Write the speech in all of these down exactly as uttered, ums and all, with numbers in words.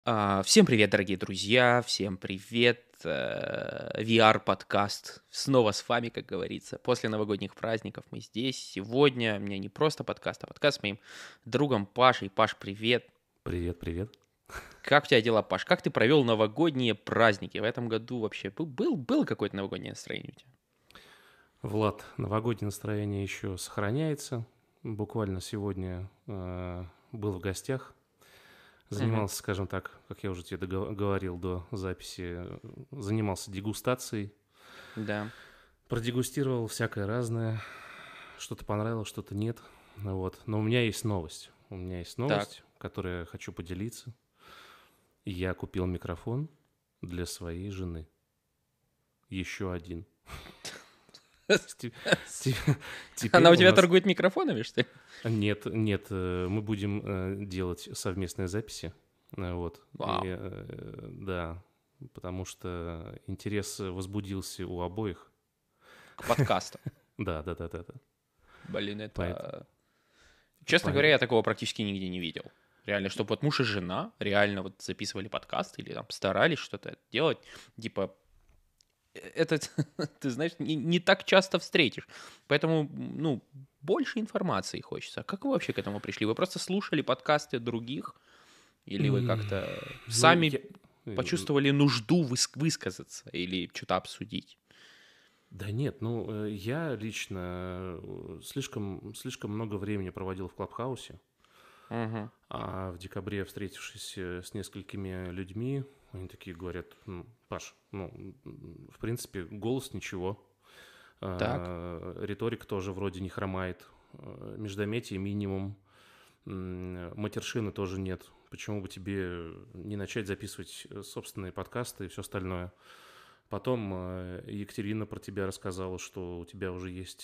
А, Всем привет, дорогие друзья, всем привет, э, ви ар-подкаст снова с вами, как говорится. После новогодних праздников мы здесь. Сегодня у меня не просто подкаст, а подкаст с моим другом Пашей. Паш, привет. Привет, привет. Как у тебя дела, Паш? Как ты провел новогодние праздники в этом году вообще? Был, был, было какое-то новогоднее настроение у тебя? Влад, новогоднее настроение еще сохраняется. Буквально сегодня э, был в гостях. Мгм. Занимался, скажем так, как я уже тебе дого- говорил до записи, э, занимался дегустацией. Да. Продегустировал всякое разное. Что-то понравилось, что-то нет. Вот. Но у меня есть новость. У меня есть Так. новость, которой я хочу поделиться. Я купил микрофон для своей жены. Еще один. Те- те- Она Теперь у у тебя нас... торгует микрофонами, что ли? Нет, нет, э, мы будем э, делать совместные записи. Э, Вот. И, Вау. э, да, потому что интерес возбудился у обоих. К подкасту. Да, да, да, да, да. Блин, Поэт- это... Честно говоря, поэ- я такого практически нигде не видел. Реально, чтобы вот муж и жена реально вот записывали подкаст или там старались что-то делать, типа, э, это, ты знаешь, не, не так часто встретишь. Поэтому, ну, больше информации хочется. Как вы вообще к этому пришли? Вы просто слушали подкасты других? Или вы М, как-то Ну, сами я... э, почувствовали нужду выс- высказаться или что-то обсудить? Да нет, ну, э, я лично э, слишком, слишком много времени проводил в Клабхаусе. Мгм. А в декабре, встретившись э, с несколькими людьми, они такие говорят: «Ну, Паш, ну, м, в принципе, голос ничего, Так. а, риторика тоже вроде не хромает, а, междометий минимум, м, матершины тоже нет. Почему бы тебе не начать записывать э, собственные подкасты и все остальное?» Потом э, Екатерина про тебя рассказала, что у тебя уже есть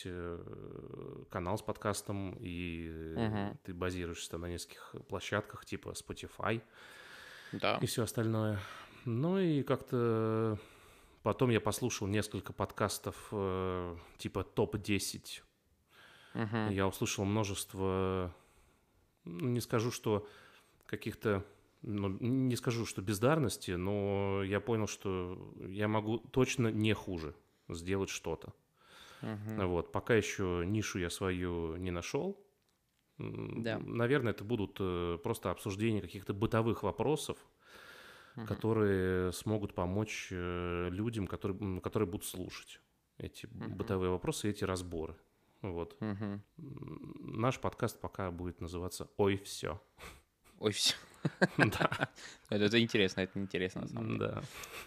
э, канал с подкастом, и э, Мгм. ты базируешься там на нескольких площадках, типа Spotify Да. и все остальное. Ну и как-то потом я послушал несколько подкастов э, типа топ десять. Мгм. Я услышал множество, ну, не скажу, что каких-то, ну, не скажу, что бездарности, но я понял, что я могу точно не хуже сделать что-то. Мгм. Вот, пока еще нишу я свою не нашел. Да. М, Наверное, это будут э, просто обсуждения каких-то бытовых вопросов, Мгм. которые смогут помочь э, людям, которые, м, которые будут слушать эти Мгм. бытовые вопросы, эти разборы. Вот. Мгм. М, Наш подкаст пока будет называться «Ой, все». Ой, все. Да, Это, это интересно, это интересно на самом деле. да.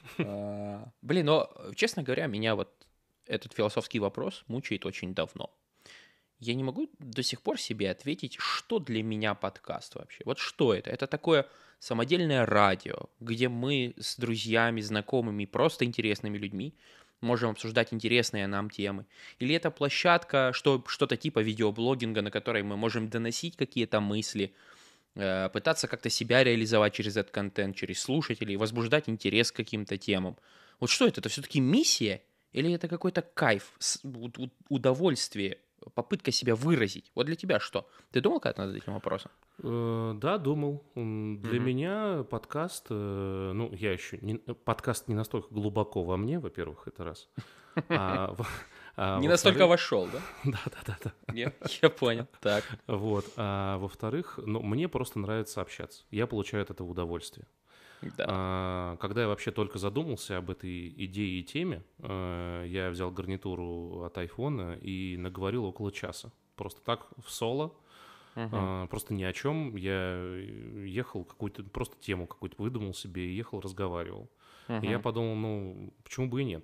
А, блин, но, э, честно говоря, меня вот этот философский вопрос мучает очень давно. Я не могу до сих пор себе ответить, что для меня подкаст вообще. Вот что это? Это такое самодельное радио, где мы с друзьями, знакомыми, просто интересными людьми можем обсуждать интересные нам темы. Или это площадка, что, что-то типа видеоблогинга, на которой мы можем доносить какие-то мысли, э, пытаться как-то себя реализовать через этот контент, через слушателей, возбуждать интерес к каким-то темам. Вот что это? Это все-таки миссия или это какой-то кайф, с- у- у- удовольствие, попытка себя выразить? Вот для тебя что? Ты думал когда-то над этим вопросом? Э, Да, думал. М, Для Мгм. меня подкаст, э, ну, я еще не, подкаст не настолько глубоко во мне, во-первых, это раз. А, во- а Не настолько во-вторых, вошел, да? да, да, да, да. Я, я понял. Так. Вот. А во-вторых, ну, мне просто нравится общаться. Я получаю от этого удовольствие. Да. А, когда я вообще только задумался об этой идее и теме, э, я взял гарнитуру от айфона и наговорил около часа. Просто так, в соло, Мгм. а, просто ни о чем. Я ехал, какую-то просто тему какую-то выдумал себе и ехал, разговаривал. И я Мгм. подумал, ну, почему бы и нет?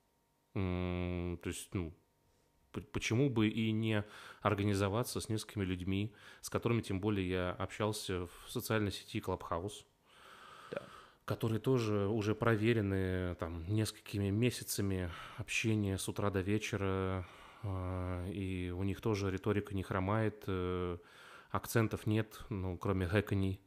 М, То есть, ну, п- почему бы и не организоваться с несколькими людьми, с которыми, тем более, я общался в социальной сети Clubhouse, Да. которые тоже уже проверены там несколькими месяцами общения с утра до вечера, а, и у них тоже риторика не хромает, э, акцентов нет, ну, кроме хэканий.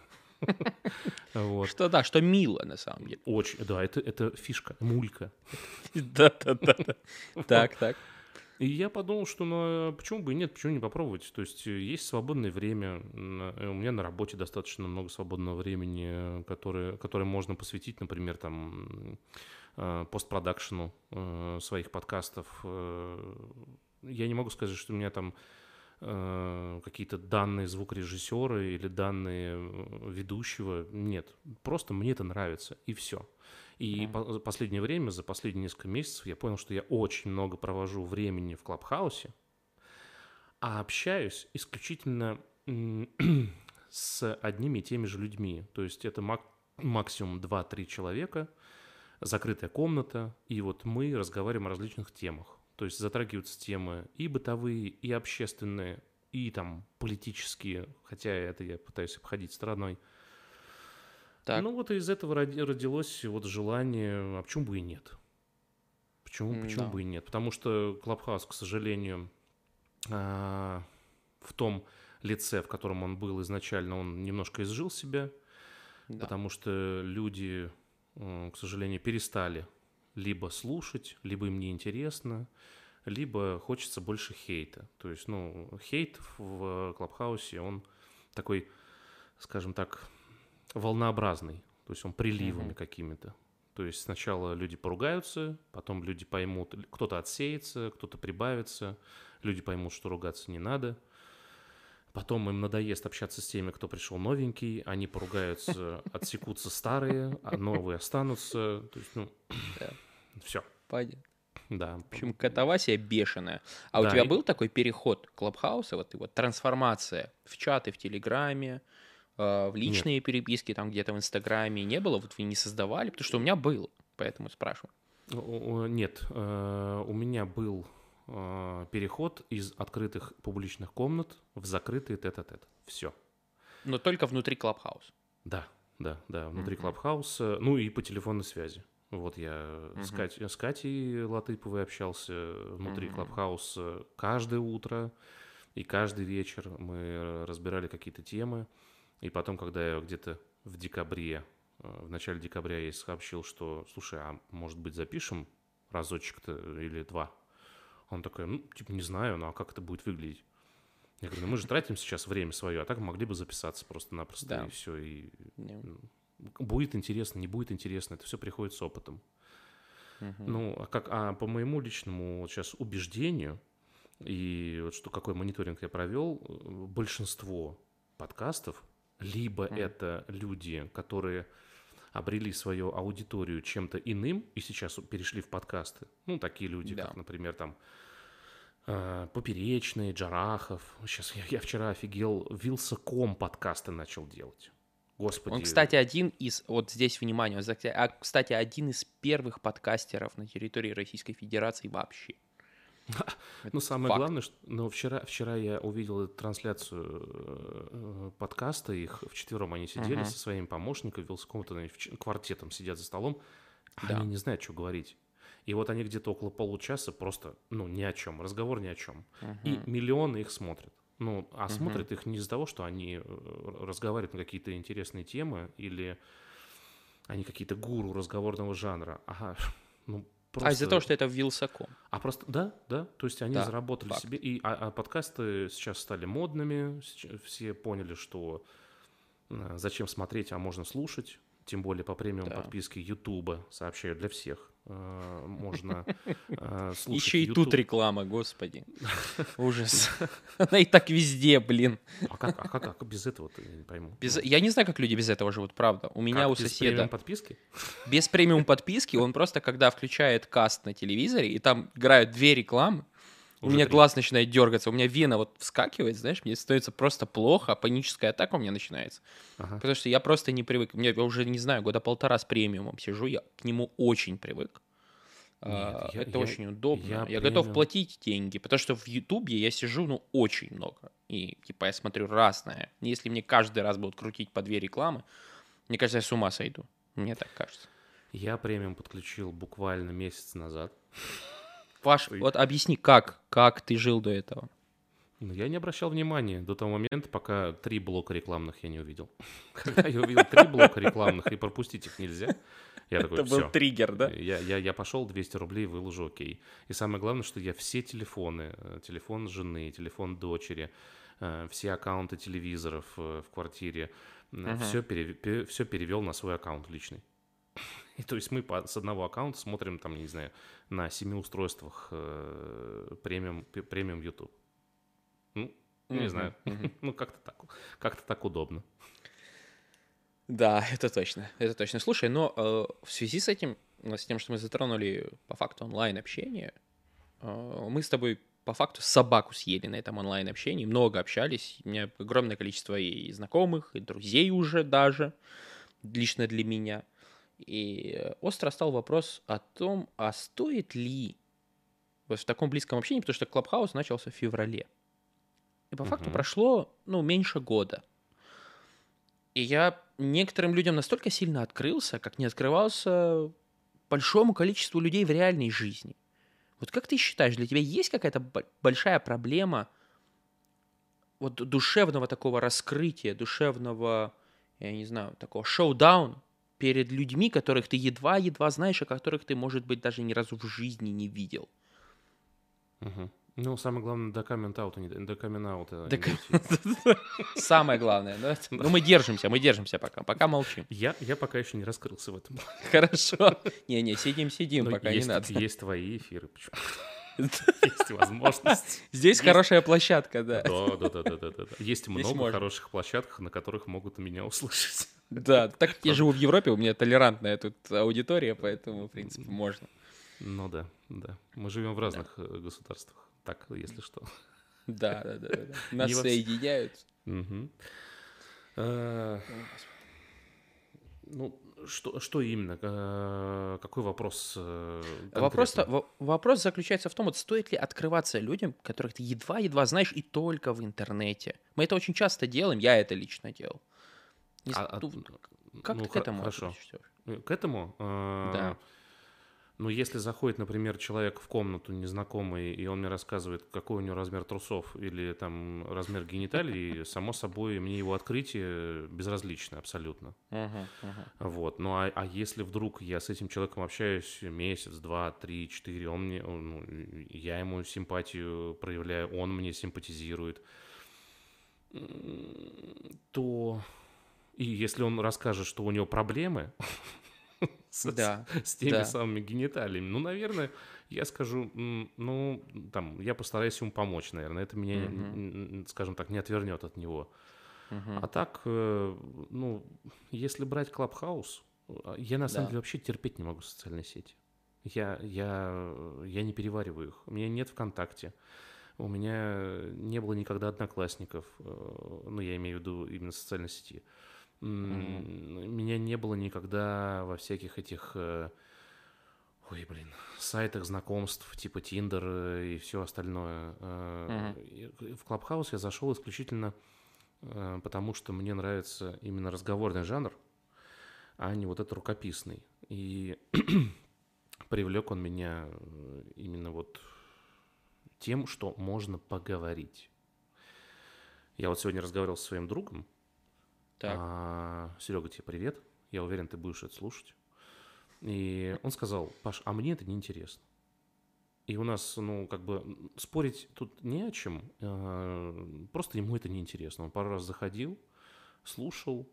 Вот. Что да, что мило на самом деле. Очень, да, это, это фишка, мулька. Да, да, да, да. Вот. Так, так. И я подумал, что ну, почему бы и нет, почему не попробовать. То есть есть свободное время. У меня на работе достаточно много свободного времени, которое, которое можно посвятить, например, там, постпродакшену своих подкастов. Я не могу сказать, что у меня там какие-то данные звукорежиссера или данные ведущего. Нет, просто мне это нравится, и все. И mm. последнее время, за последние несколько месяцев, я понял, что я очень много провожу времени в Клабхаусе, а общаюсь исключительно с одними и теми же людьми. То есть это мак- максимум два-три человека, закрытая комната, и вот мы разговариваем о различных темах. То есть затрагиваются темы и бытовые, и общественные, и там политические, хотя это я пытаюсь обходить стороной. Так. Ну вот из этого родилось вот желание, а почему бы и нет? Почему, почему no. бы и нет? Потому что Клабхаус, к сожалению, в том лице, в котором он был изначально, он немножко изжил себя, да. Потому что люди, к сожалению, перестали либо слушать, либо им неинтересно, либо хочется больше хейта. То есть, ну, хейт в Клабхаусе, он такой, скажем так, волнообразный, то есть он приливами uh-huh. какими-то. То есть сначала люди поругаются, потом люди поймут, кто-то отсеется, кто-то прибавится, люди поймут, что ругаться не надо. Потом им надоест общаться с теми, кто пришел новенький, они поругаются, отсекутся старые, а новые останутся. То есть, ну, да. все. Понятно. Да. В общем, катавасия бешеная. А да, у тебя и... был такой переход Клабхауса, вот, вот трансформация в чаты в Телеграме, в личные Нет. переписки, там где-то в Инстаграме не было? Вот вы не создавали? Потому что у меня было, поэтому спрашиваю. Нет, у меня был переход из открытых публичных комнат в закрытые тет-а-тет. Все. Но только внутри Клабхауса? Да, да, да, внутри Клабхауса, ну и по телефонной связи. Вот я uh-huh. с, Кать, с Катей Латыповой общался внутри uh-huh. Клабхауса каждое утро и каждый вечер мы разбирали какие-то темы. И потом, когда я где-то в декабре, в начале декабря я ей сообщил, что, слушай, а может быть запишем разочек-то или два? Он такой, ну, типа, не знаю, ну а как это будет выглядеть? Я говорю, ну мы же тратим сейчас время свое, а так могли бы записаться просто-напросто, да. и все. И... Yeah. Будет интересно, не будет интересно, это все приходит с опытом. Uh-huh. Ну, а, как, а по моему личному вот сейчас убеждению, и вот что какой мониторинг я провел, большинство подкастов, либо uh-huh. это люди, которые обрели свою аудиторию чем-то иным и сейчас перешли в подкасты. Ну, такие люди, да. как, например, там Поперечный, Джарахов. Сейчас я, я вчера офигел, Вилсаком подкасты начал делать. Господи. Он, кстати, один из, вот здесь внимание, а, кстати, один из первых подкастеров на территории Российской Федерации вообще. Ну, самое факт. Главное, что ну, вчера, вчера я увидел трансляцию подкаста, их вчетвером они сидели uh-huh. со своими помощниками, Вилсаком, квартетом сидят за столом, а да. они не знают, что говорить. И вот они где-то около получаса просто, ну, ни о чем, разговор ни о чем. Uh-huh. И миллионы их смотрят. Ну, а uh-huh. смотрят их не из-за того, что они разговаривают на какие-то интересные темы или они какие-то гуру разговорного жанра. Ага, ну, просто... А из-за того, что это Вилсаком. А просто, да, да, то есть они да, заработали факт. себе. И, а, а подкасты сейчас стали модными, все поняли, что зачем смотреть, а можно слушать. Тем более по премиум да. подписке Ютуба, сообщаю для всех. Можно слушать. Еще и YouTube. Тут реклама, господи. Ужас. Она и так везде, блин. А как, а как, а как без этого-то, я не пойму? Без... Я не знаю, как люди без этого живут, правда. У меня как, у без соседа... премиум подписки? Без премиум подписки он просто, когда включает каст на телевизоре, и там играют две рекламы, у меня три. Глаз начинает дергаться, у меня вена вот вскакивает, знаешь, мне становится просто плохо, паническая атака у меня начинается. Ага. Потому что я просто не привык. Мне, я уже, не знаю, года полтора с премиумом сижу, я к нему очень привык. Нет, а, я, это я, очень удобно. Я, я готов платить деньги, потому что в Ютубе я сижу, ну, очень много. И, типа, я смотрю разное. Если мне каждый раз будут крутить по две рекламы, мне кажется, я с ума сойду. Мне так кажется. Я премиум подключил буквально месяц назад. Паш, вот объясни, как, как ты жил до этого? Ну, я не обращал внимания до того момента, пока три блока рекламных я не увидел. Когда я увидел три блока рекламных, и пропустить их нельзя, я такой, Это был все. триггер, да? Я, я, я пошел, двести рублей выложу, окей. И самое главное, что я все телефоны, э, телефон жены, телефон дочери, э, все аккаунты телевизоров э, в квартире, Мгм. все, пере, все перевел на свой аккаунт личный. И то есть мы по- с одного аккаунта смотрим, там, не знаю, на семи устройствах э, премиум, п- премиум YouTube. Ну, не Мгм, знаю. мгм. Ну, как-то так, как-то так удобно. Да, это точно, это точно. Слушай, но э, в связи с этим, э, с тем, что мы затронули по факту онлайн-общение, э, мы с тобой по факту собаку съели на этом онлайн-общении, много общались, у меня огромное количество и знакомых, и друзей уже даже, лично для меня. И э, остро стал вопрос о том, а стоит ли вот в таком близком общении, потому что Клабхаус начался в феврале. И по факту Мгм. прошло, ну, меньше года. И я некоторым людям настолько сильно открылся, как не открывался большому количеству людей в реальной жизни. Вот как ты считаешь, для тебя есть какая-то бо- большая проблема вот душевного такого раскрытия, душевного, я не знаю, такого шоу-даун перед людьми, которых ты едва-едва знаешь, а которых ты, может быть, даже ни разу в жизни не видел? Мгм. Ну, самое главное, до камент-аута не, до камин-аута не Так дойти. самое главное, да? Да. Ну, мы держимся, мы держимся пока, пока молчим. Я, я пока еще не раскрылся в этом. Хорошо. Не-не, сидим-сидим, Но пока не есть, надо. есть твои эфиры, почему? Есть возможность. Здесь Есть. хорошая площадка, да. Да, да, да, да, да, да. да. Есть Здесь много можно. хороших площадок, на которых могут меня услышать. Да, так как я Правда. живу в Европе, у меня толерантная тут аудитория, поэтому, в принципе, можно. Ну да, да. Мы живем в Да, разных э, государствах. Так, если что. да, да, да, да. да. Нас Не во вс- соединяют. Мгм. Э, О, Господи. Ну, что, что именно? Э, Какой вопрос э, Вопрос-то, конкретно? во- вопрос заключается в том, вот стоит ли открываться людям, которых ты едва-едва знаешь и только в интернете. Мы это очень часто делаем, я это лично делал. Не с- А, а, ну, как ну, ты к хо- этому хорошо. относишься? Э, К этому, э, Да. ну, если заходит, например, человек в комнату незнакомый, и он мне рассказывает, какой у него размер трусов или там размер гениталий, само собой, мне его открытие безразлично абсолютно. Мгм, мгм. Вот. Ну, а, а если вдруг я с этим человеком общаюсь месяц, два, три, четыре, он мне, он, ну, я ему симпатию проявляю, он мне симпатизирует, м, то... И если он расскажет, что у него проблемы с, с- Да, с теми да. самыми гениталиями, ну, наверное, я скажу, м, ну, там, я постараюсь ему помочь, наверное. Это меня, Мгм, н- н- скажем так, не отвернет от него. мгм. А так, э, ну, если брать Клабхаус, э, я на самом Да. деле вообще терпеть не могу социальные сети. Я, я, я не перевариваю их. У меня нет ВКонтакте. У меня не было никогда одноклассников. э, Ну, я имею в виду именно социальной сети. Мгм, М, Меня не было никогда во всяких этих, э, ой, блин, сайтах знакомств типа Tinder э, и все остальное. мгм. Э, и В Клабхаус я зашел исключительно э, потому, что мне нравится именно разговорный жанр, а не вот этот рукописный. И привлек он меня э, именно вот тем, что можно поговорить. Я вот сегодня разговаривал со своим другом. Так. Серега, тебе привет. Я уверен, ты будешь это слушать. И он сказал: Паш, а мне это неинтересно. И у нас, ну, как бы м, спорить тут не о чем. э, Просто ему это неинтересно. Он пару раз заходил, слушал,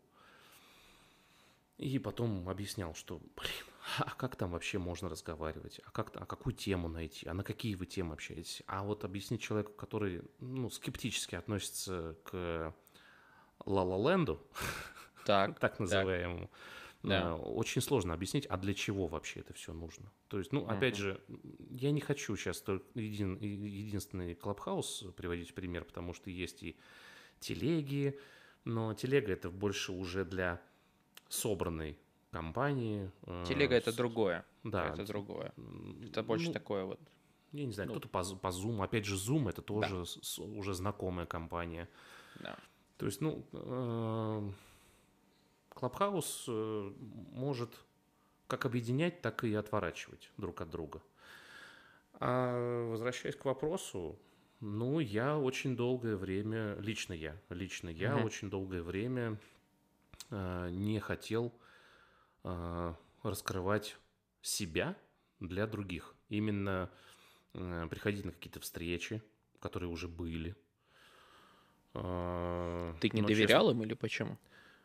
и потом объяснял, что, блин, а как там вообще можно разговаривать? А, как, а какую тему найти? А на какие вы темы общаетесь? А вот объяснить человеку, который, ну, скептически относится к Ла-Ла-Ленду, Так, так так, называемому, э, да. очень сложно объяснить, а для чего вообще это все нужно. То есть, ну, опять Мгм, же, я не хочу сейчас только един- единственный Клабхаус приводить в пример, потому что есть и телеги, но телега это больше уже для собранной компании. Телега э, это с- другое. Да, Это т- другое. м, Это больше ну, такое вот. я не знаю, Ну, кто-то по, з- по Zoom. Опять же, Zoom это да, тоже с- с- уже знакомая компания. да. То есть, ну, э, Клабхаус э, может как объединять, так и отворачивать друг от друга. А возвращаясь к вопросу, Ну, я очень долгое время, лично я, лично я Мгм. очень долгое время э, не хотел э, раскрывать себя для других. Именно э, приходить на какие-то встречи, которые уже были. Э, Ты не но честно, доверял им или почему?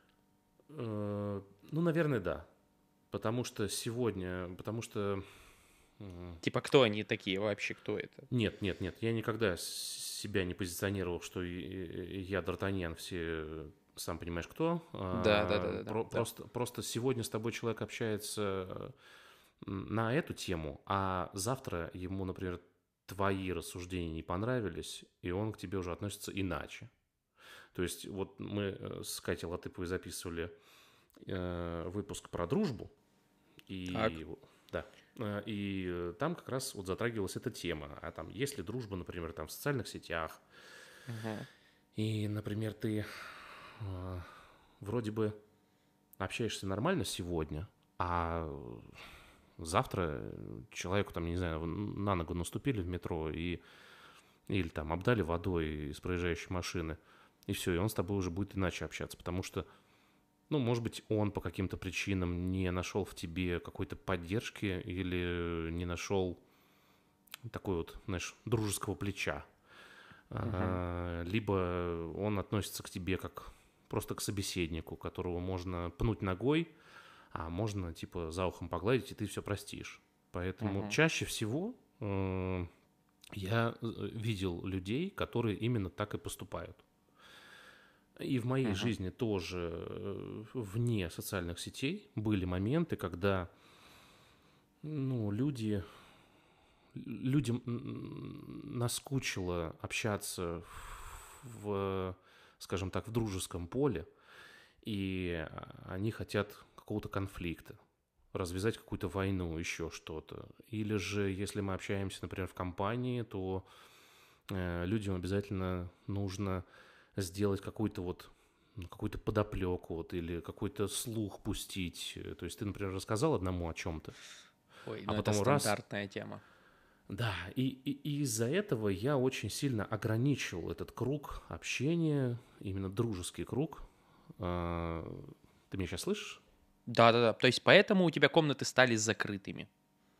э, ну, наверное, да. Потому что сегодня, потому что... м, Типа, кто они такие вообще, кто это? Нет, нет, нет, я никогда с- себя не позиционировал, что и- и- я Д'Артаньян, все, сам понимаешь, кто. Да, да, да, А, да, да, про- да. Просто, просто сегодня с тобой человек общается м, на эту тему, а завтра ему, например, твои рассуждения не понравились, и он к тебе уже относится иначе. То есть вот мы э, с Катей Латыповой записывали э, выпуск про дружбу, Так. и да, э, и э, там как раз вот затрагивалась эта тема. А там, есть ли дружба, например, там в социальных сетях, Мгм. и, например, ты э, вроде бы общаешься нормально сегодня, а завтра человеку, там, не знаю, на ногу наступили в метро и, или там обдали водой из проезжающей машины, и все, и он с тобой уже будет иначе общаться, потому что, ну, может быть, он по каким-то причинам не нашел в тебе какой-то поддержки или не нашел такой вот, знаешь, дружеского плеча. Мгм. А, Либо он относится к тебе как просто к собеседнику, которого можно пнуть ногой, а можно, типа, за ухом погладить, и ты все простишь. Поэтому Мгм. чаще всего э, я э, видел людей, которые именно так и поступают. И в моей Мгм. жизни тоже э, вне социальных сетей были моменты, когда, ну, люди людям наскучило общаться в, скажем так, в дружеском поле, и они хотят какого-то конфликта, развязать какую-то войну, еще что-то. Или же, если мы общаемся, например, в компании, то э, людям обязательно нужно сделать какую-то вот ну, какую-то подоплеку вот, или какой-то слух пустить. То есть ты, например, рассказал одному о чем-то, Ой, а ну это потом раз стандартная тема. да, и, и- и из-за этого я очень сильно ограничил этот круг общения, именно дружеский круг. А, Ты меня сейчас слышишь? Да-да-да. То есть поэтому у тебя комнаты стали закрытыми.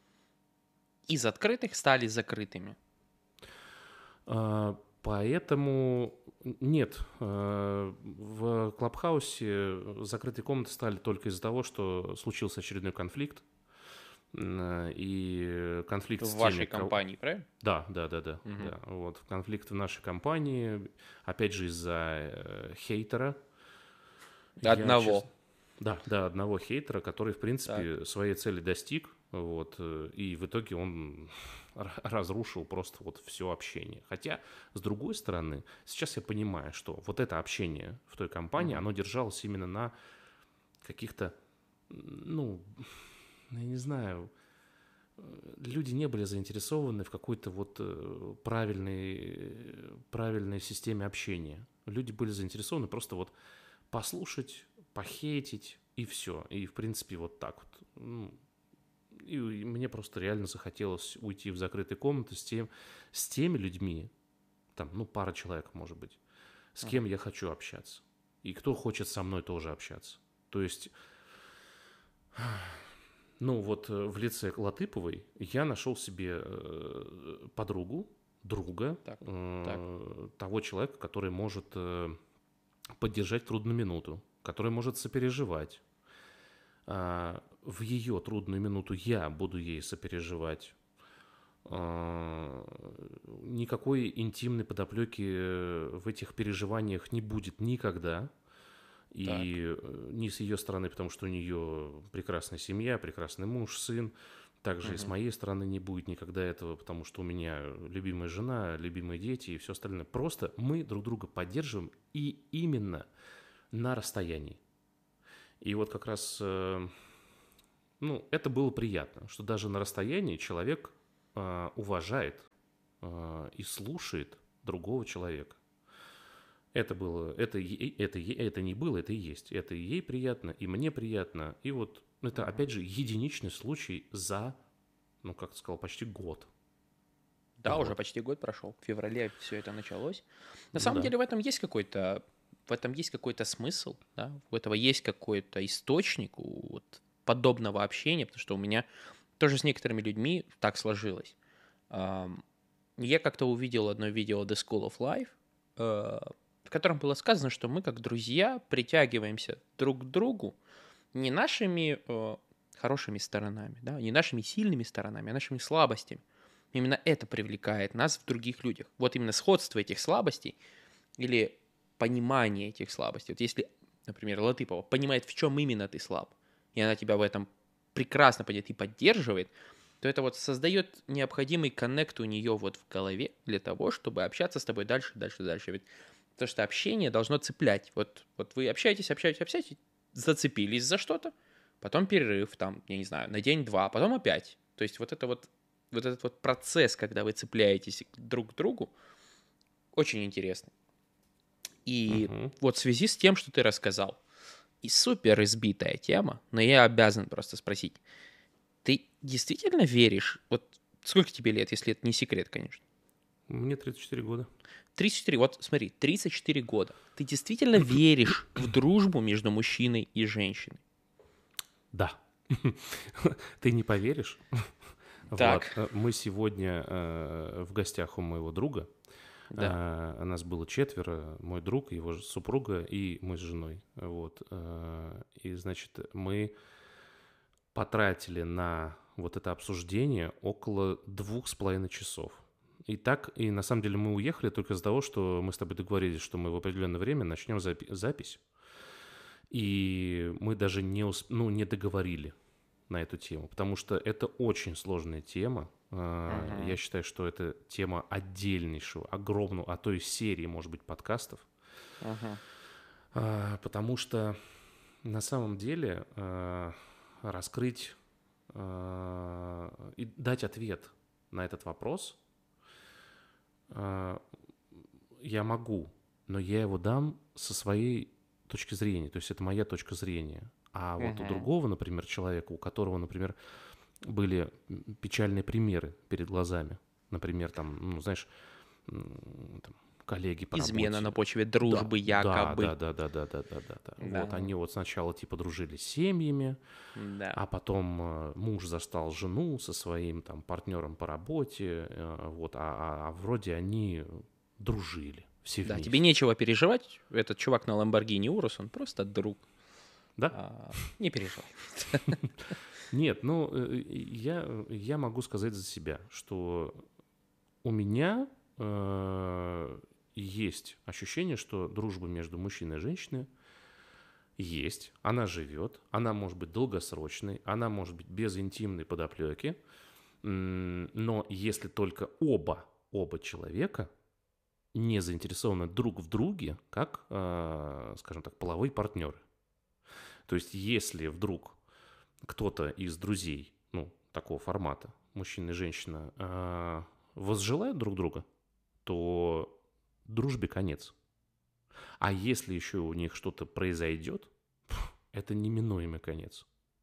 Из открытых стали закрытыми. А, Поэтому нет, а, в Клабхаусе закрытые комнаты стали только из-за того, что случился очередной конфликт, м, и конфликт В с теми, вашей кого... компании, правильно? Да, да, да, да, Мгм. да. Вот конфликт в нашей компании, опять же из-за э, хейтера. Я, честно, Одного. да, да, одного хейтера, который, в Так. принципе, своей цели достиг, вот, э, и в итоге он р- разрушил просто вот все общение. Хотя, с другой стороны, сейчас я понимаю, что вот это общение в той компании, Мгм. оно держалось именно на каких-то, ну, я не знаю, люди не были заинтересованы в какой-то вот э, правильной, э, правильной системе общения. Люди были заинтересованы просто вот послушать, похейтить и все. И, в принципе, вот так вот. Ну, и, и мне просто реально захотелось уйти в закрытые комнаты с, тем, с теми людьми, там, ну, пара человек, может быть, с кем Мгм. я хочу общаться. И кто хочет со мной тоже общаться. То есть, ну, вот э, в лице Латыповой я нашел себе э, подругу, друга, Так. Так. э, того человека, который может э, поддержать в трудную минуту, который может сопереживать. А, в ее трудную минуту я буду ей сопереживать. А, Никакой интимной подоплеки в этих переживаниях не будет никогда. Так. И э, не с ее стороны, потому что у нее прекрасная семья, прекрасный муж, сын. Также и с Мгм. моей стороны не будет никогда этого, потому что у меня любимая жена, любимые дети и все остальное. Просто мы друг друга поддерживаем и именно на расстоянии. И вот как раз э, ну, это было приятно, что даже на расстоянии человек э, уважает э, и слушает другого человека. Это было, это, е- это, е- это не было, это и есть. Это и ей приятно, и мне приятно. И вот это, Мгм. опять же, единичный случай за, ну, как ты сказал, почти год. Да, Вот. уже почти год прошел. В феврале все это началось. На Ну самом да. деле в этом есть какой-то, в этом есть какой-то смысл, да, у этого есть какой-то источник у вот подобного общения, потому что у меня тоже с некоторыми людьми так сложилось. Ам, Я как-то увидел одно видео The School of Life, э, в котором было сказано, что мы как друзья притягиваемся друг к другу не нашими э, хорошими сторонами, да, не нашими сильными сторонами, а нашими слабостями. Именно это привлекает нас в других людях. Вот именно сходство этих слабостей или понимание этих слабостей. Вот если, например, Латыпова понимает, в чем именно ты слаб, и она тебя в этом прекрасно понимает и поддерживает, то это вот создает необходимый коннект у нее вот в голове для того, чтобы общаться с тобой дальше, дальше, дальше. Ведь потому что общение должно цеплять. Вот, вот вы общаетесь, общаетесь, общаетесь, зацепились за что-то, потом перерыв, там, я не знаю, на день-два, потом опять. То есть вот это вот, вот этот вот процесс, когда вы цепляетесь друг к другу, очень интересный. И Мгм. вот в связи с тем, что ты рассказал, и супер избитая тема, но я обязан просто спросить, ты действительно веришь, вот сколько тебе лет, если это не секрет, конечно? Мне тридцать четыре года. тридцать четыре, вот смотри, тридцать четыре года. Ты действительно веришь в дружбу между мужчиной и женщиной? Да. Ты не поверишь, Влад, Так, э, мы сегодня э, в гостях у моего друга. да. Э, Нас было четверо, мой друг, его ж- супруга и мы с женой. Вот. э, И, значит, мы потратили на вот это обсуждение около двух с половиной часов. И так, и на самом деле мы уехали только из-за того, что мы с тобой договорились, что мы в определенное время начнем запи- запись. И мы даже не, усп- ну, не договорили на эту тему, потому что это очень сложная тема. А, Мгм. Я считаю, что это тема отдельнейшего, огромного, а то и серии, может быть, подкастов. Мгм. А, Потому что на самом деле а, раскрыть а, и дать ответ на этот вопрос а, я могу, но я его дам со своей точки зрения, то есть это моя точка зрения. А вот у Мгм. другого, например, человека, у которого, например, были м, печальные примеры перед глазами, например, там, ну, знаешь, м, там, коллеги по Измена работе. на почве Да, дружбы да, якобы. да, да, да, да, да, да, да, да. Вот, Да, они вот сначала типа дружили с семьями, да. а потом э, муж застал жену со своим там партнером по работе, э, вот, а, а- а вроде они дружили все Да, тебе вместе. нечего переживать. Этот чувак на Lamborghini Урус, он просто друг. Да? А, не переживай. Нет, ну, э, я, я могу сказать за себя, что у меня э, есть ощущение, что дружба между мужчиной и женщиной есть, она живет, она может быть долгосрочной, она может быть без интимной подоплеки, м, но если только оба, оба человека не заинтересованы друг в друге, как, э, скажем так, половые партнеры. То есть если вдруг кто-то из друзей, ну, такого формата, мужчина и женщина, э, возжелают друг друга, то дружбе конец. А если еще у них что-то произойдет, это неминуемый конец.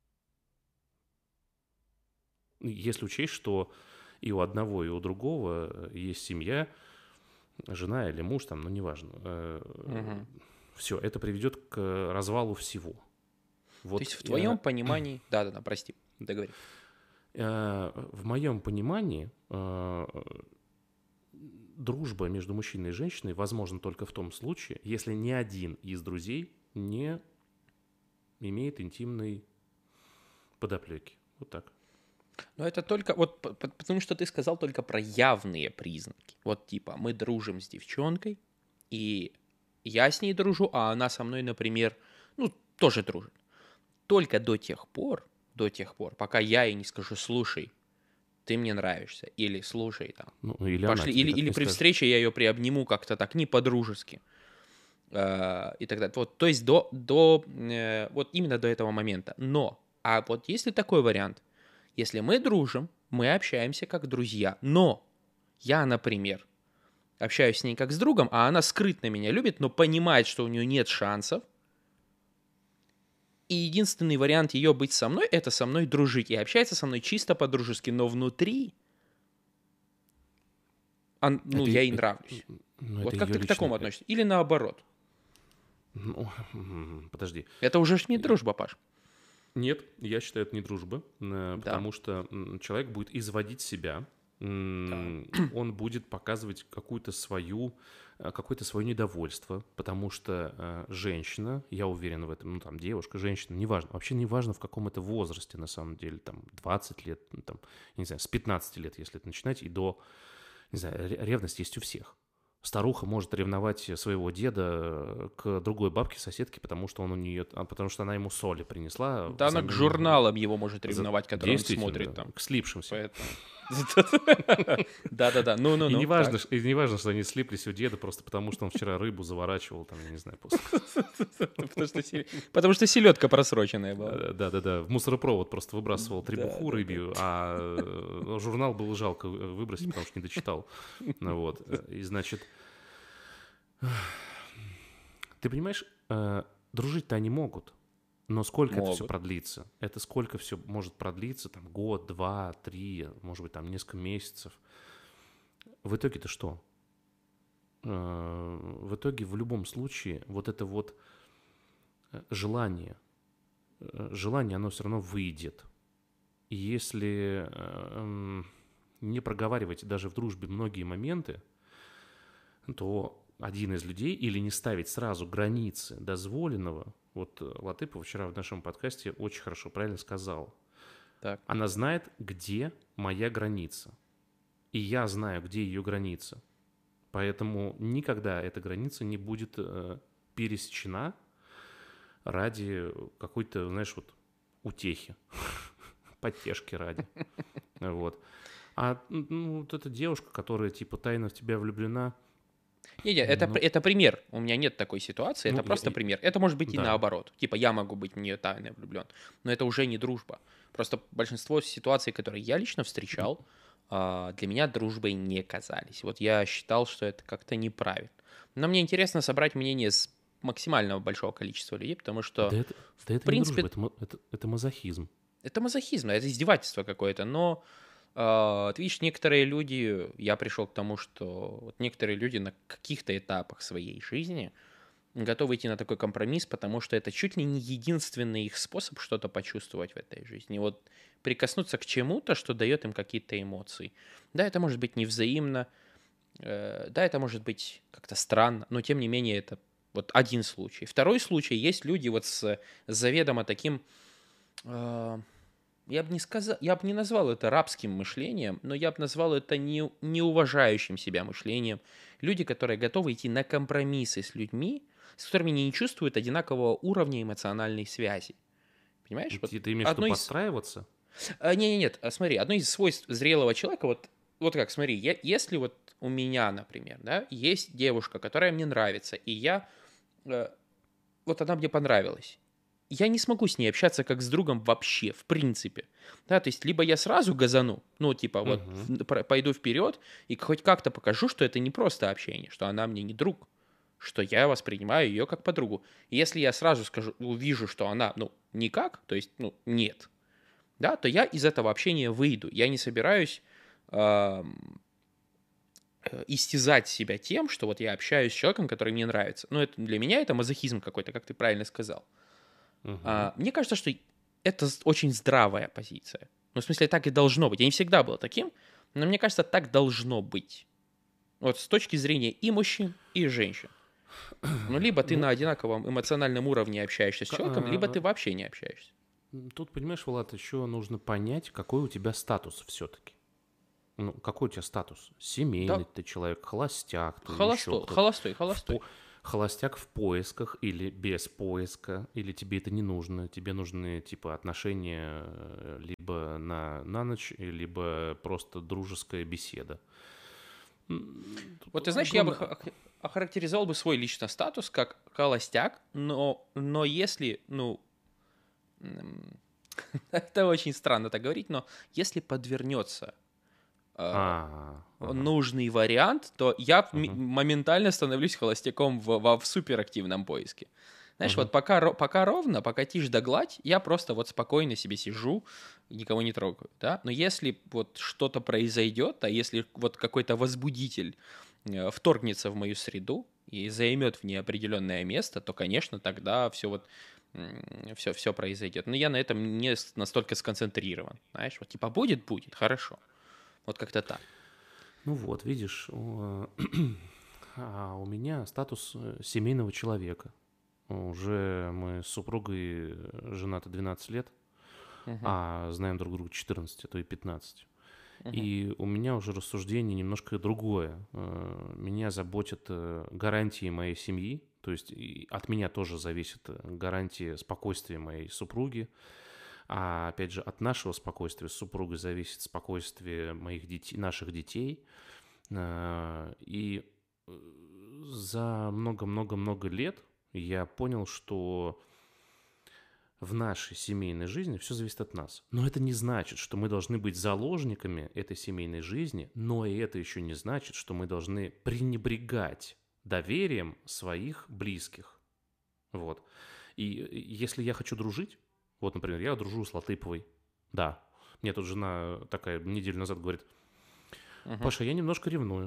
Если учесть, что и у одного, и у другого есть семья, жена или муж, там, ну, неважно. Мгм. Все, это приведет к развалу всего. То Вот есть в э, твоем понимании... Да-да-да, прости, договори. э, в моем понимании э, дружба между мужчиной и женщиной возможна только в том случае, если ни один из друзей не имеет интимной подоплеки. Вот так. Но это только... Вот п- п- потому что ты сказал только про явные признаки. Вот типа мы дружим с девчонкой, и я с ней дружу, а она со мной, например, ну, тоже дружит. Только до тех пор, до тех пор, пока я ей не скажу, слушай, ты мне нравишься, или слушай там, Ну, или она пошли, тебе или, так или не при скажет. встрече я ее приобниму как-то так, не по-дружески, э, и так далее. Вот, то есть до, до э, вот именно до этого момента. Но, а вот если такой вариант, если мы дружим, мы общаемся как друзья, но я, например, общаюсь с ней как с другом, а она скрытно меня любит, но понимает, что у нее нет шансов, и единственный вариант ее быть со мной, это со мной дружить. И общается со мной чисто по-дружески. Но внутри а, ну, Это, я ей это, нравлюсь. ну, Вот это как ее ты к личное... такому относишься? Или наоборот? Ну, подожди. Это уже ж не дружба, Паш. Нет, я считаю, это не дружба, э, Да. потому что м, человек будет изводить себя, Так. м, он будет показывать какую-то свою, э, какое-то свое недовольство, потому что э, женщина, я уверен в этом, ну там девушка, женщина, неважно, вообще неважно в каком это возрасте на самом деле, там двадцать лет, ну, там, я не знаю, с пятнадцати лет, если это начинать, и до, не знаю, ре- ревность есть у всех. Старуха может ревновать своего деда к другой бабке, соседке, потому что он у нее, а, потому что она ему соли принесла Да она к взамен журналам его может за- ревновать, которые он смотрит действительно там. к слипшимся. Поэтому... Да-да-да, И ну-ну-ну. не важно, так. ш- и не важно, что они слиплись у деда просто потому, что он вчера рыбу заворачивал, там, я не знаю, после. Потому что селе- Потому что селедка просроченная была. Э, Да-да-да, в мусоропровод просто выбрасывал Да, требуху да, рыбью, а э, журнал было жалко э, выбросить, потому что не дочитал. Ну вот, э, и значит, ты понимаешь, э, дружить-то они могут, но сколько это все Могут. продлится? Это сколько все может продлиться? Там год, два, три, может быть, там несколько месяцев. В итоге-то что? Э, В итоге в любом случае вот это вот э, желание, э, желание, оно все равно выйдет. И если э, м, не проговаривать даже в дружбе многие моменты, то один из людей или не ставить сразу границы дозволенного, вот э, Латыпова вчера в нашем подкасте очень хорошо, правильно сказал. Так. Она знает, где моя граница. И я знаю, где ее граница. Поэтому никогда эта граница не будет э, пересечена ради какой-то, знаешь, вот утехи, подтяжки ради. Вот. А ну, вот эта девушка, которая типа тайно в тебя влюблена, Не-не, это, ну, это пример. У меня нет такой ситуации, ну это просто я- я- пример. Это может быть и да. наоборот. Типа я могу быть в нее тайно влюблен, но это уже не дружба. Просто большинство ситуаций, которые я лично встречал, а, для меня дружбой не казались. Вот я считал, что это как-то неправильно. Но мне интересно собрать мнение с максимального большого количества людей, потому что, Да это, в да это не принципе, дружба, это, ма- это, это мазохизм. это мазохизм, это издевательство какое-то, но а, ты видишь, некоторые люди, я пришел к тому, что вот некоторые люди на каких-то этапах своей жизни готовы идти на такой компромисс, потому что это чуть ли не единственный их способ что-то почувствовать в этой жизни. Вот прикоснуться к чему-то, что дает им какие-то эмоции. Да, это может быть невзаимно, э, да, это может быть как-то странно, но тем не менее это вот один случай. Второй случай, есть люди вот с заведомо таким, э, я бы не сказал, я бы не назвал это рабским мышлением, но я бы назвал это не, неуважающим себя мышлением. Люди, которые готовы идти на компромиссы с людьми, с которыми не чувствуют одинакового уровня эмоциональной связи. Понимаешь? Вот Ты, ты имеешь в виду одно из... подстраиваться? А, не, не, нет, а, смотри, одно из свойств зрелого человека, вот, вот как, смотри, я, если вот у меня, например, да, есть девушка, которая мне нравится, и я, э, вот она мне понравилась, я не смогу с ней общаться как с другом вообще, в принципе. Да, то есть либо я сразу газану, ну, типа, вот, Мгм. в- про- пойду вперед и хоть как-то покажу, что это не просто общение, что она мне не друг, что я воспринимаю ее как подругу. И если я сразу скажу, увижу, что она, ну, никак, то есть, ну, нет, да, то я из этого общения выйду. Я не собираюсь ам, э, истязать себя тем, что вот я общаюсь с человеком, который мне нравится. Ну, это для меня это мазохизм какой-то, как ты правильно сказал. Мгм. А, мне кажется, что это з- очень здравая позиция. Ну, в смысле, так и должно быть. Я не всегда был таким, но мне кажется, так должно быть. Вот с точки зрения и мужчин, и женщин. Ну, либо ты Ну, на одинаковом эмоциональном уровне общаешься с к- человеком, либо а, ты вообще не общаешься. тут, понимаешь, Влад, еще нужно понять, какой у тебя статус все-таки. Ну, какой у тебя статус? Да, Семейный ты человек, холостяк ты, еще холостой, кто-то. холостой, В холостой. по- Холостяк в поисках или без поиска, или тебе это не нужно, тебе нужны типа отношения э, либо на, на ночь, либо просто дружеская беседа. М, тут Вот ты знаешь, я бы огромное- ха- охарактеризовал бы свой личный статус как холостяк, но, но если, ну, м, это очень странно так говорить, но если подвернется э, А, ага, нужный вариант, то я м- ага. моментально становлюсь холостяком в, во- в суперактивном поиске. Знаешь, Мгм. вот пока, ро- пока ровно, пока тишь да гладь, я просто вот спокойно себе сижу, никого не трогаю, да. Но если вот что-то произойдет, а если вот какой-то возбудитель э, вторгнется в мою среду и займет в ней определенное место, то, конечно, тогда все вот все, все произойдет. Но я на этом не с- настолько сконцентрирован, знаешь, вот типа будет, будет, хорошо. Вот как-то так. Ну вот, видишь, у, а у меня статус э, семейного человека. Уже мы с супругой э, женаты двенадцать лет, Мгм, а знаем друг друга четырнадцать, а то и пятнадцать. мгм. И у меня уже рассуждение немножко другое. Э, Меня заботят э, гарантии моей семьи, то есть и от меня тоже зависит э, гарантия спокойствия моей супруги. А опять же, от нашего спокойствия с супругой зависит спокойствие моих детей, наших детей. Э, И э, за много-много-много лет я понял, что в нашей семейной жизни все зависит от нас. Но это не значит, что мы должны быть заложниками этой семейной жизни, но и это еще не значит, что мы должны пренебрегать доверием своих близких. Вот. И э, если я хочу дружить, вот, например, я дружу с Латыповой, да, мне тут жена такая неделю назад говорит: Мгм. Паша, я немножко ревную.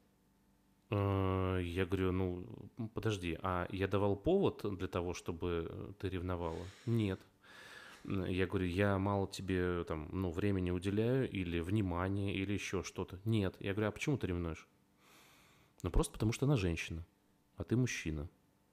Э, Я говорю, ну, подожди, а я давал повод для того, чтобы ты ревновала? Нет. М, Я говорю, я мало тебе там, ну, времени уделяю или внимания, или еще что-то. Нет. Я говорю, а почему ты ревнуешь? Ну, просто потому что она женщина, а ты мужчина.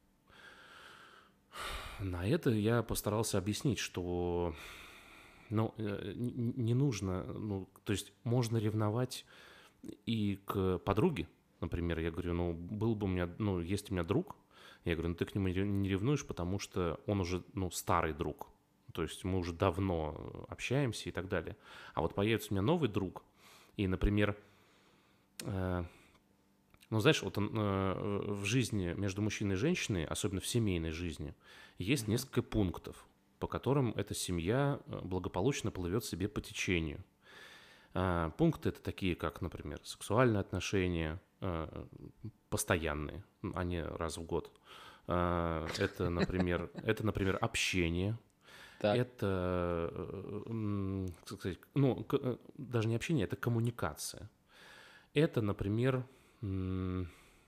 На это я постарался объяснить, что, ну, э, н- не нужно, ну, то есть можно ревновать и к подруге, например. Я говорю, ну, был бы у меня, ну, есть у меня друг, я говорю, ну, ты к нему не ревнуешь, потому что он уже, ну, старый друг. То есть мы уже давно общаемся и так далее. А вот появится у меня новый друг, и, например, э, ну, знаешь, вот он, э, в жизни между мужчиной и женщиной, особенно в семейной жизни, есть Мгм. несколько пунктов, по которым эта семья э, благополучно плывет себе по течению. А, Пункты это такие, как, например, сексуальные отношения, э, постоянные, м, а не раз в год. А, Это, например, это, например, общение. Так. Это, э, м, как сказать, ну, к- э, даже не общение, это коммуникация. Это, например, м,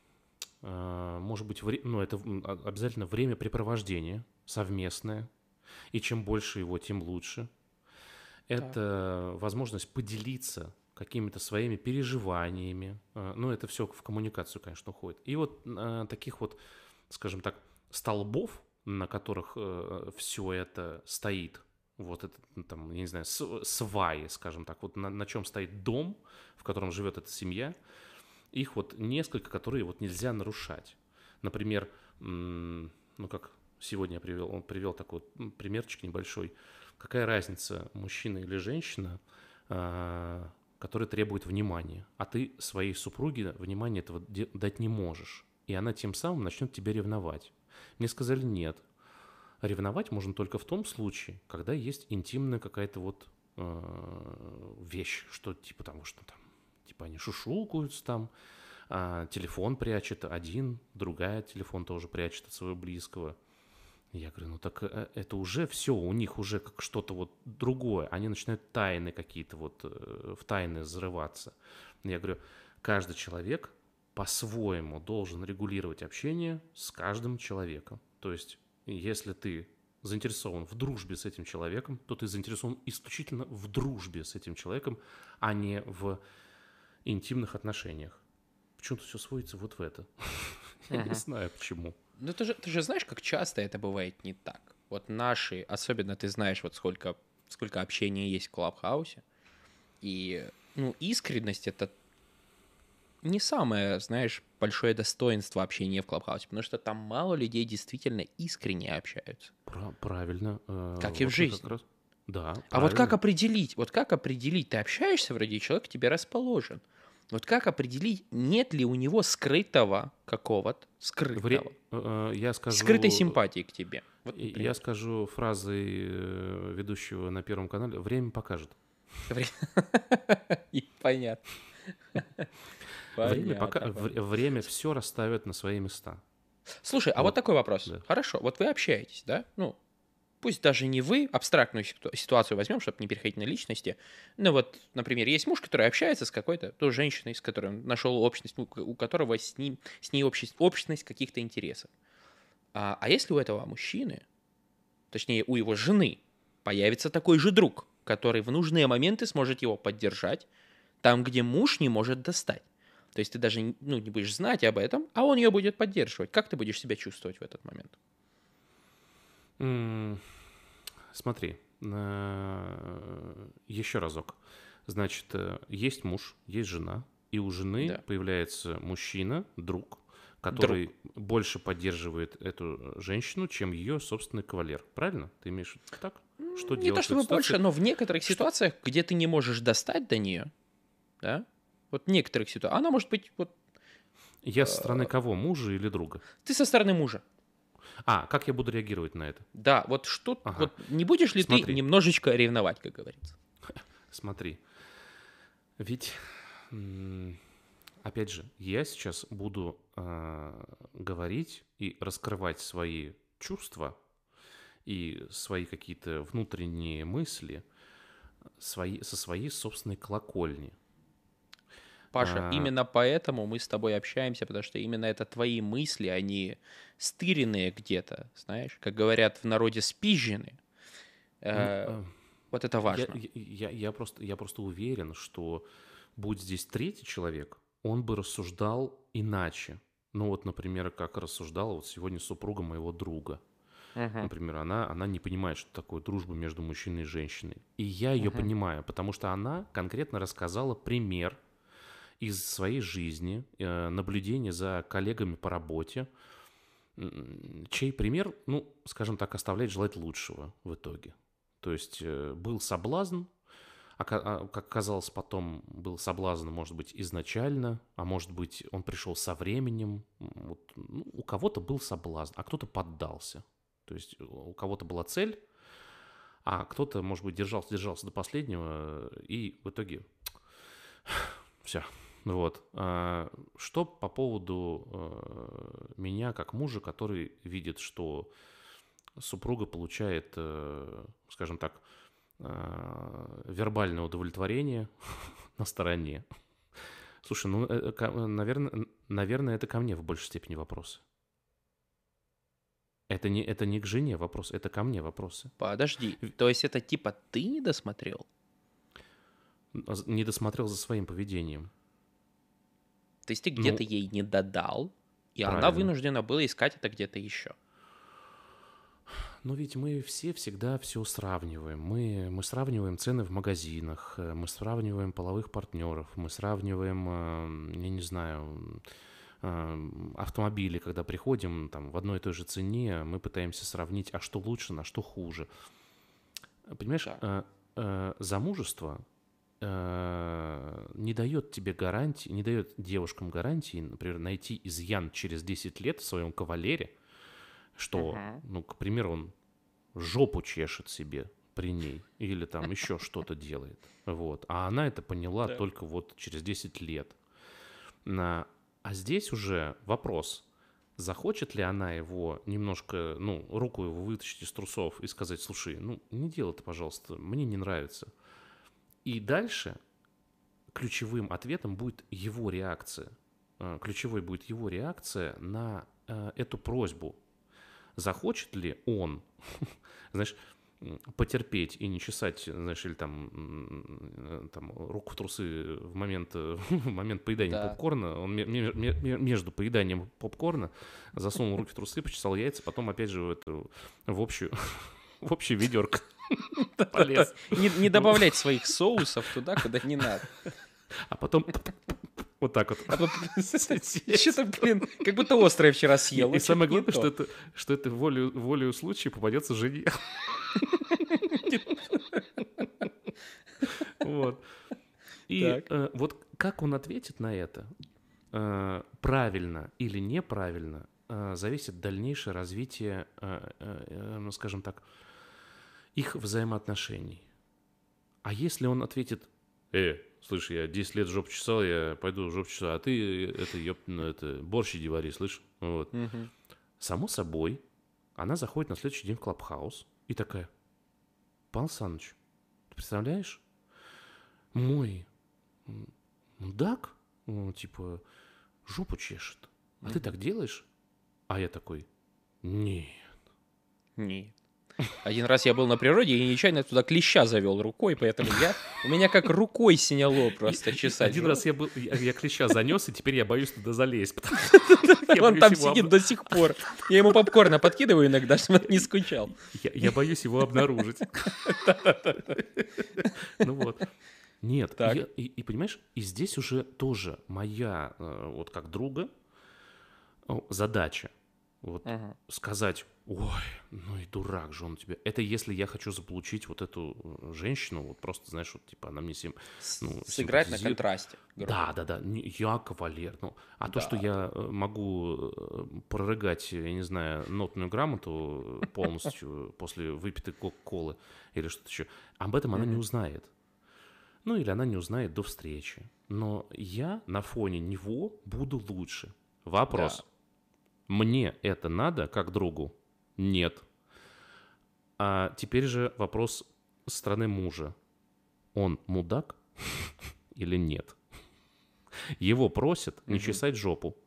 а, может быть, вре- ну, это м, а- обязательно времяпрепровождение совместное, и чем больше его, тем лучше. Так. Это возможность поделиться какими-то своими переживаниями. А, Ну, это все в коммуникацию, конечно, уходит. И вот а, таких вот, скажем так, столбов, на которых все это стоит, вот это, ну, там, я не знаю, с- сваи, скажем так, вот на, на чем стоит дом, в котором живет эта семья, их вот несколько, которые вот нельзя нарушать. Например, м, ну как сегодня я привел, он привел такой вот, м, примерчик небольшой. Какая разница, мужчина или женщина, а, который требует внимания, а ты своей супруге внимания этого де- дать не можешь, и она тем самым начнет тебя ревновать. Мне сказали нет. Ревновать можно только в том случае, когда есть интимная какая-то вот э, вещь, что типа того, что там, типа они шушукаются там, а, телефон прячет один, другая телефон тоже прячет от своего близкого. Я говорю, ну так э, это уже все, у них уже как что-то вот другое. Они начинают тайны какие-то вот, э, в тайны взрываться. Я говорю, каждый человек по-своему должен регулировать общение с каждым человеком. То есть, если ты заинтересован в дружбе с этим человеком, то ты заинтересован исключительно в дружбе с этим человеком, а не в интимных отношениях. Почему-то все сводится вот в это. Я не Мгм. знаю почему. Ну, ты же, ты же знаешь, как часто это бывает не так. Вот наши, особенно ты знаешь, вот сколько, сколько общения есть в Клабхаусе. И, ну, искренность — это не самое, знаешь, большое достоинство общения в Клабхаусе, потому что там мало людей действительно искренне общаются, Пра- правильно. Э, как и в Вот мы как жизни. раз... Да, А вот как правильно. определить, вот как определить, ты общаешься вроде, человек к тебе расположен. Вот как определить, нет ли у него скрытого какого-то, скрытого, Вре- э, э, Я скрытой скажу, симпатии к тебе? Вот, э, я например. скажу фразой э, ведущего на Первом канале: время покажет. Вре- И понятно. Время, пока... Понятно, вре- понятно. время все расставит на свои места. Слушай, а вот, Вот, такой вопрос. да. Хорошо, вот вы общаетесь, да? Ну, пусть даже не вы, абстрактную ситу- ситуацию возьмем, чтобы не переходить на личности. Ну вот, например, есть муж, который общается с какой-то той женщиной, с которой он нашел общность, у, у которого с, ним, с ней общесть, общность каких-то интересов. А, а если у этого мужчины, точнее, у его жены, появится такой же друг, который в нужные моменты сможет его поддержать, там, где муж не может достать. То есть ты даже ну, не будешь знать об этом, а он ее будет поддерживать. Как ты будешь себя чувствовать в этот момент? М, Смотри, э, еще разок. Значит, э, есть муж, есть жена, и у жены Да. появляется мужчина, друг, Друг. который больше поддерживает эту женщину, чем ее собственный кавалер. Правильно? Ты имеешь в виду так? Что Не делать то в этой чтобы ситуации? больше, но в некоторых Что- ситуациях, где ты не можешь достать до нее, да, вот в некоторых ситуациях, она может быть, вот Я со стороны кого? Мужа или друга? ты со стороны мужа. А, как я буду реагировать на это? Да, вот что, Ага. вот не будешь ли ты Смотри. немножечко ревновать, как говорится? Смотри. Ведь, м, опять же, я сейчас буду э, говорить и раскрывать свои чувства и свои какие-то внутренние мысли свои, со своей собственной колокольни. Паша, А, именно поэтому мы с тобой общаемся, потому что именно это твои мысли, они стыренные где-то, знаешь, как говорят в народе, спизжены. ну, Э, э, Вот это я, важно. я, я, я просто, я просто уверен, что будь здесь третий человек, он бы рассуждал иначе. Ну вот, например, как рассуждала вот сегодня супруга моего друга. Мгм. Например, она, она не понимает, что такое дружба между мужчиной и женщиной. И я ее Мгм. понимаю, потому что она конкретно рассказала пример из своей жизни, э, наблюдения за коллегами по работе, м, чей пример, ну, скажем так, оставляет желать лучшего в итоге. То есть э, был соблазн, а, ка- а, как оказалось потом, был соблазн, может быть, изначально, а может быть, он пришел со временем. М, Вот, ну, у кого-то был соблазн, а кто-то поддался. То есть у кого-то была цель, а кто-то, может быть, держался, держался до последнего, и в итоге все. Вот. А, Что по поводу э, меня как мужа, который видит, что супруга получает, э, скажем так, э, вербальное удовлетворение на стороне. Слушай, ну, э, ко- наверное, наверное, это ко мне в большей степени вопросы. Это не, это не к жене вопрос, это ко мне вопросы. Подожди, то есть это типа ты не досмотрел? Не досмотрел за своим поведением. То есть ты Ну, где-то ей не додал, и она правильно. вынуждена была искать это где-то еще. Но ведь мы все всегда все сравниваем. Мы, мы сравниваем цены в магазинах, э, мы сравниваем половых партнеров, мы сравниваем, э, я не знаю, э, автомобили, когда приходим там, в одной и той же цене, мы пытаемся сравнить, а что лучше, на что хуже. Понимаешь, Так. э, э, замужество э, не дает тебе гарантии, не дает девушкам гарантии, например, найти изъян через десять лет в своем кавалере, что, Мгм. ну, к примеру, он жопу чешет себе при ней или там еще что-то делает. Вот. А она это поняла Да. только вот через десять лет. На... А здесь уже вопрос, захочет ли она его немножко, ну, руку его вытащить из трусов и сказать, слушай, ну, не делай это, пожалуйста, мне не нравится. И дальше ключевым ответом будет его реакция. Э, Ключевой будет его реакция на э, эту просьбу. Захочет ли он, знаешь, м, потерпеть и не чесать, знаешь, или там, м, там руку в трусы в момент, э, в момент поедания Да. попкорна, он ме- ме- ме- между поеданием попкорна засунул руки в трусы, почесал яйца, потом опять же в, эту, в общую, в общую ведерко полез. Не, не добавлять своих соусов туда, куда не надо. А потом вот так вот. А что-то, блин, как будто острое вчера И, съел. и ну, самое чё-то не главное, что то. это, что это волею, волею случая попадется жене. Вот. И Так. э, вот как он ответит на это, э, правильно или неправильно, э, зависит дальнейшее развитие, э, э, э, ну, скажем так, их взаимоотношений. А если он ответит, э, слышь, я десять лет жопу чесал, я пойду жопу чесал, а ты это, ёп, ну, это борщ иди вари, слышь? Вот. Мгм. Само собой, она заходит на следующий день в Клабхаус и такая: Павел Саныч, ты представляешь, мой мудак, ну, типа, жопу чешет, а mm-hmm. ты так делаешь? А я такой: нет. Нет. Один раз я был на природе и нечаянно туда клеща завел рукой, поэтому я, у меня как рукой сняло просто чесать. Один раз я, был, я, я клеща занес, и теперь я боюсь туда залезть. Он там сидит до сих пор. Я ему попкорна подкидываю иногда, чтобы он не скучал. Я боюсь его обнаружить. Ну вот. Нет, и понимаешь, и здесь уже тоже моя, вот как друга, задача. Вот uh-huh. сказать: ой, ну и дурак же он у тебя. Это если я хочу заполучить вот эту женщину, вот просто, знаешь, вот типа она мне сим, ну, сыграть на контрасте. Да, да, да, я кавалер. Ну, а да. то, что я могу прорыгать, я не знаю, нотную грамоту полностью после выпитой кока-колы или что-то еще, об этом она uh-huh. не узнает. Ну или она не узнает до встречи. Но я на фоне него буду лучше. Вопрос. Да. Мне это надо, как другу? Нет. А теперь же вопрос со стороны мужа. Он мудак или нет? Его просят не чесать жопу.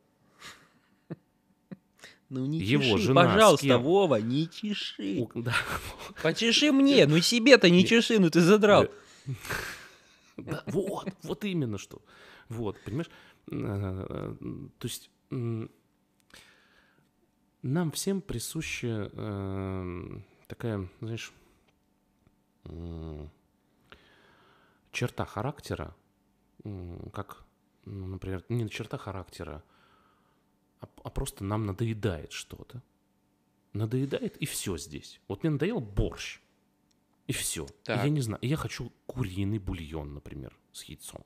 Ну не Его чеши, жена пожалуйста, Вова, не чеши. У... Да. Почеши мне, ну себе-то не чеши, ну ты задрал. Да, вот, вот именно что. Вот, понимаешь? То есть... Нам всем присуща э, такая, знаешь, э, черта характера, э, как, ну, например, не черта характера, а, а просто нам надоедает что-то. Надоедает, и все здесь. Вот мне надоел борщ, и все. И я не знаю, и я хочу куриный бульон, например, с яйцом.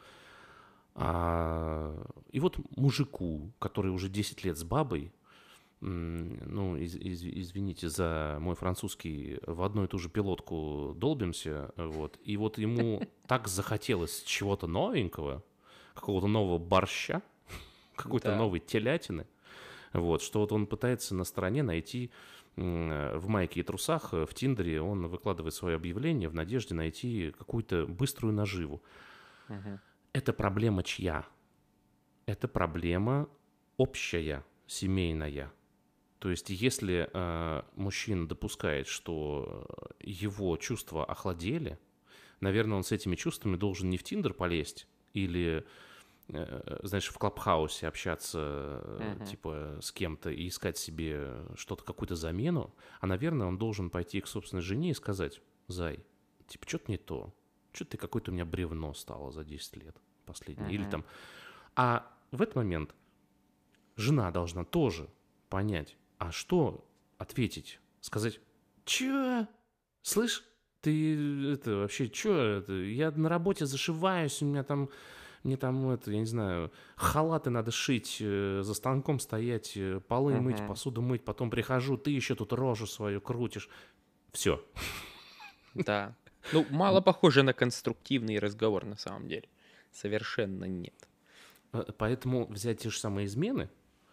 А, и вот мужику, который уже десять лет с бабой, ну, из, из, извините за мой французский, в одну и ту же пилотку долбимся, вот, и вот ему так захотелось чего-то новенького, какого-то нового борща, какой-то да. новой телятины, вот, что вот он пытается на стороне найти в майке и трусах, в Тиндере он выкладывает свое объявление в надежде найти какую-то быструю наживу. Угу. Это проблема чья? Это проблема общая, семейная. То есть, если э, мужчина допускает, что его чувства охладели, наверное, он с этими чувствами должен не в Тиндер полезть или, э, знаешь, в Клабхаусе общаться uh-huh. типа с кем-то и искать себе что-то, какую-то замену, а, наверное, он должен пойти к собственной жене и сказать: зай, типа, что-то не то, что-то ты какое-то у меня бревно стало за десять лет последнее. Uh-huh. Или там... А в этот момент жена должна тоже понять, а что ответить? Сказать: чё? Слышь, ты это вообще чё? Это? Я на работе зашиваюсь, у меня там, мне там, это, я не знаю, халаты надо шить, за станком стоять, полы uh-huh. мыть, посуду мыть, потом прихожу, ты еще тут рожу свою крутишь. Все. Да. Ну, мало похоже на конструктивный разговор на самом деле. Совершенно нет. Поэтому взять те же самые измены.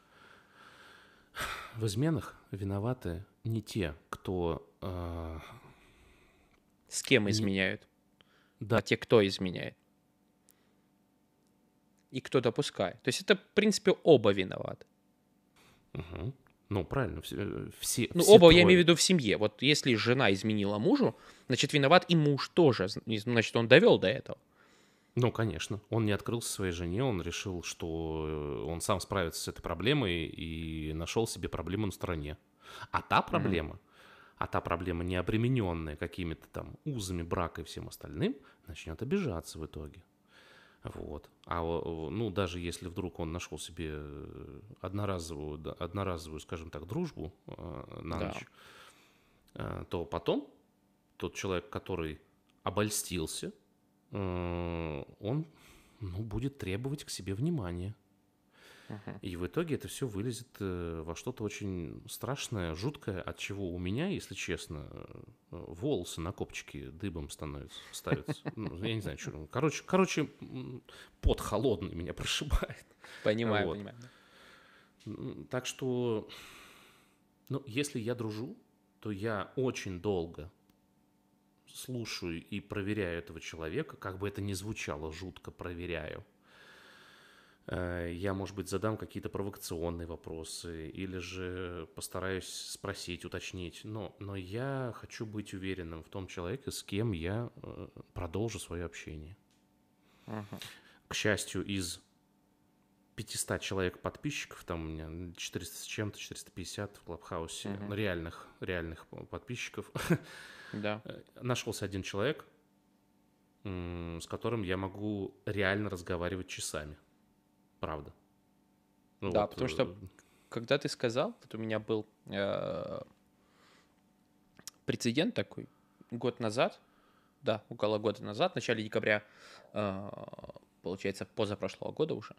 В изменах виноваты не те, кто... Э, С кем не... изменяют, да. а те, кто изменяет. И кто допускает. То есть это, в принципе, оба виноваты. Угу. Ну, правильно. Все, все, ну, все оба, трое. Я имею в виду в семье. Вот если жена изменила мужу, значит, виноват и муж тоже. Значит, он довел до этого. Ну, конечно. Он не открылся своей жене, он решил, что он сам справится с этой проблемой и нашел себе проблему на стороне. А та проблема, mm-hmm. а та проблема, не обремененная какими-то там узами брака и всем остальным, начнет обижаться в итоге. Вот. А ну, даже если вдруг он нашел себе одноразовую, одноразовую, скажем так, дружбу э, на да. ночь, э, то потом тот человек, который обольстился, он ну, будет требовать к себе внимания. Uh-huh. И в итоге это все вылезет во что-то очень страшное, жуткое, от чего у меня, если честно, волосы на копчике дыбом становятся, ставятся. Ну, я не знаю, что. Короче, короче, пот холодный меня прошибает. Понимаю, вот. понимаю. Так что Ну, если я дружу, то я очень долго слушаю и проверяю этого человека, как бы это ни звучало, жутко проверяю. Э, Я, может быть, задам какие-то провокационные вопросы или же постараюсь спросить, уточнить. Но, но я хочу быть уверенным в том человеке, с кем я э, продолжу свое общение. Мгм. К счастью, из пятьсот человек подписчиков, там у меня четыреста с чем-то, четыреста пятьдесят в Клабхаусе, Мгм. реальных, реальных подписчиков, Да. нашелся один человек, м, с которым я могу реально разговаривать часами. Правда. Ну Да, вот, потому что э, когда ты сказал, вот у меня был э, прецедент такой год назад, да, около года назад, в начале декабря, э, получается, позапрошлого года уже,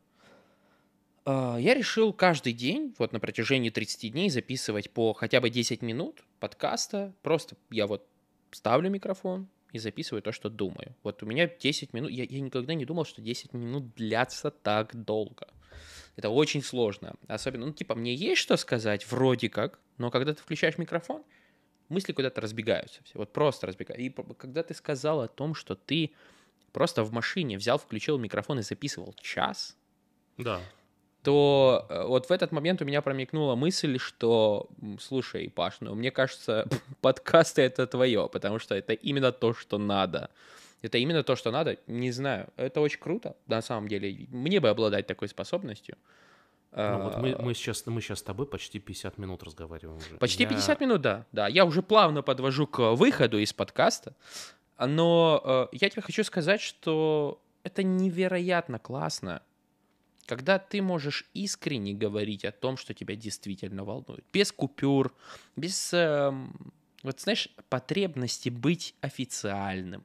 э, я решил каждый день, вот на протяжении тридцати дней, записывать по хотя бы десять минут подкаста. Просто я вот ставлю микрофон и записываю то, что думаю. Вот у меня десять минут, я, я никогда не думал, что десять минут длятся так долго. Это очень сложно. Особенно, ну, типа, мне есть что сказать, вроде как, но когда ты включаешь микрофон, мысли куда-то разбегаются все. Вот просто разбегаются. И п- когда ты сказал о том, что ты просто в машине взял, включил микрофон и записывал час, да. то э, вот в этот момент у меня промелькнула мысль, что, м, слушай, Паш, ну, мне кажется, подкасты — это твое, потому что это именно то, что надо. Это именно то, что надо. Не знаю, это очень круто, на самом деле. Мне бы обладать такой способностью. Ну вот мы, А, мы, сейчас, мы сейчас с тобой почти пятьдесят минут разговариваем уже. Почти пятьдесят Я... минут, да. Да, я уже плавно подвожу к выходу из подкаста, но э, я тебе хочу сказать, что это невероятно классно, когда ты можешь искренне говорить о том, что тебя действительно волнует. Без купюр, без, эм, вот знаешь, потребности быть официальным,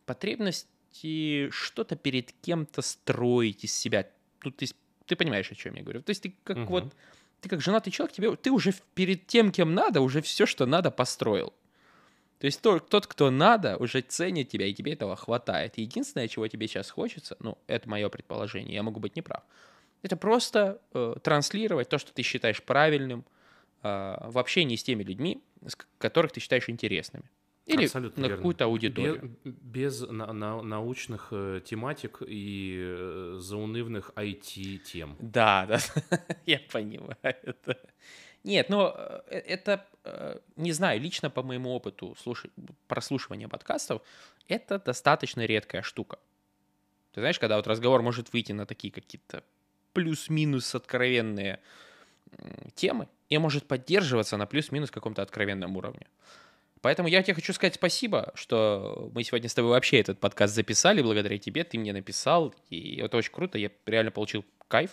потребности что-то перед кем-то строить из себя. Ну, ты, ты понимаешь, о чем я говорю. То есть ты как Мгм. вот, ты как женатый человек, тебе, ты уже перед тем, кем надо, уже все, что надо, построил. То есть тот, тот, кто надо, уже ценит тебя, и тебе этого хватает. Единственное, чего тебе сейчас хочется, ну, это мое предположение, я могу быть неправ, это просто э, транслировать то, что ты считаешь правильным, э, в общении с теми людьми, с к- которых ты считаешь интересными. Или Абсолютно на верно. какую-то Без, аудиторию. без на- на- научных э, тематик и э, заунывных ай ти-тем. Да, да, я понимаю это. Нет, но э, это, э, не знаю, лично по моему опыту слушай, прослушивания подкастов, это достаточно редкая штука. Ты знаешь, когда вот разговор может выйти на такие какие-то плюс-минус откровенные м, темы и может поддерживаться на плюс-минус каком-то откровенном уровне. Поэтому я тебе хочу сказать спасибо, что мы сегодня с тобой вообще этот подкаст записали. Благодаря тебе ты мне написал, и это очень круто. Я реально получил кайф.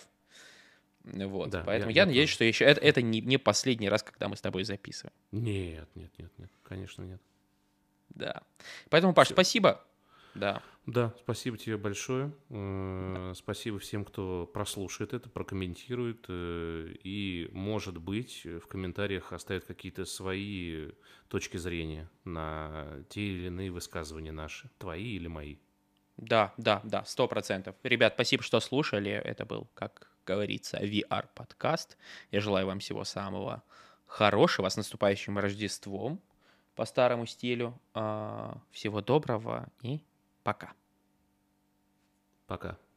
Вот. Да, я, Поэтому я я надеюсь, тоже. что еще это, это не, не последний раз, когда мы с тобой записываем. Нет, нет, нет, нет, конечно нет. Да. Поэтому, Паш, Все. спасибо. Да. Да, спасибо тебе большое. Да. Э, Спасибо всем, кто прослушает это, прокомментирует э, и, может быть, в комментариях оставит какие-то свои точки зрения на те или иные высказывания наши, твои или мои. Да, да, да, сто процентов. Ребят, спасибо, что слушали. Это был, как говорится, ви ар-подкаст. Я желаю вам всего самого хорошего, с наступающим Рождеством по старому стилю. А, Всего доброго и пока. Пока.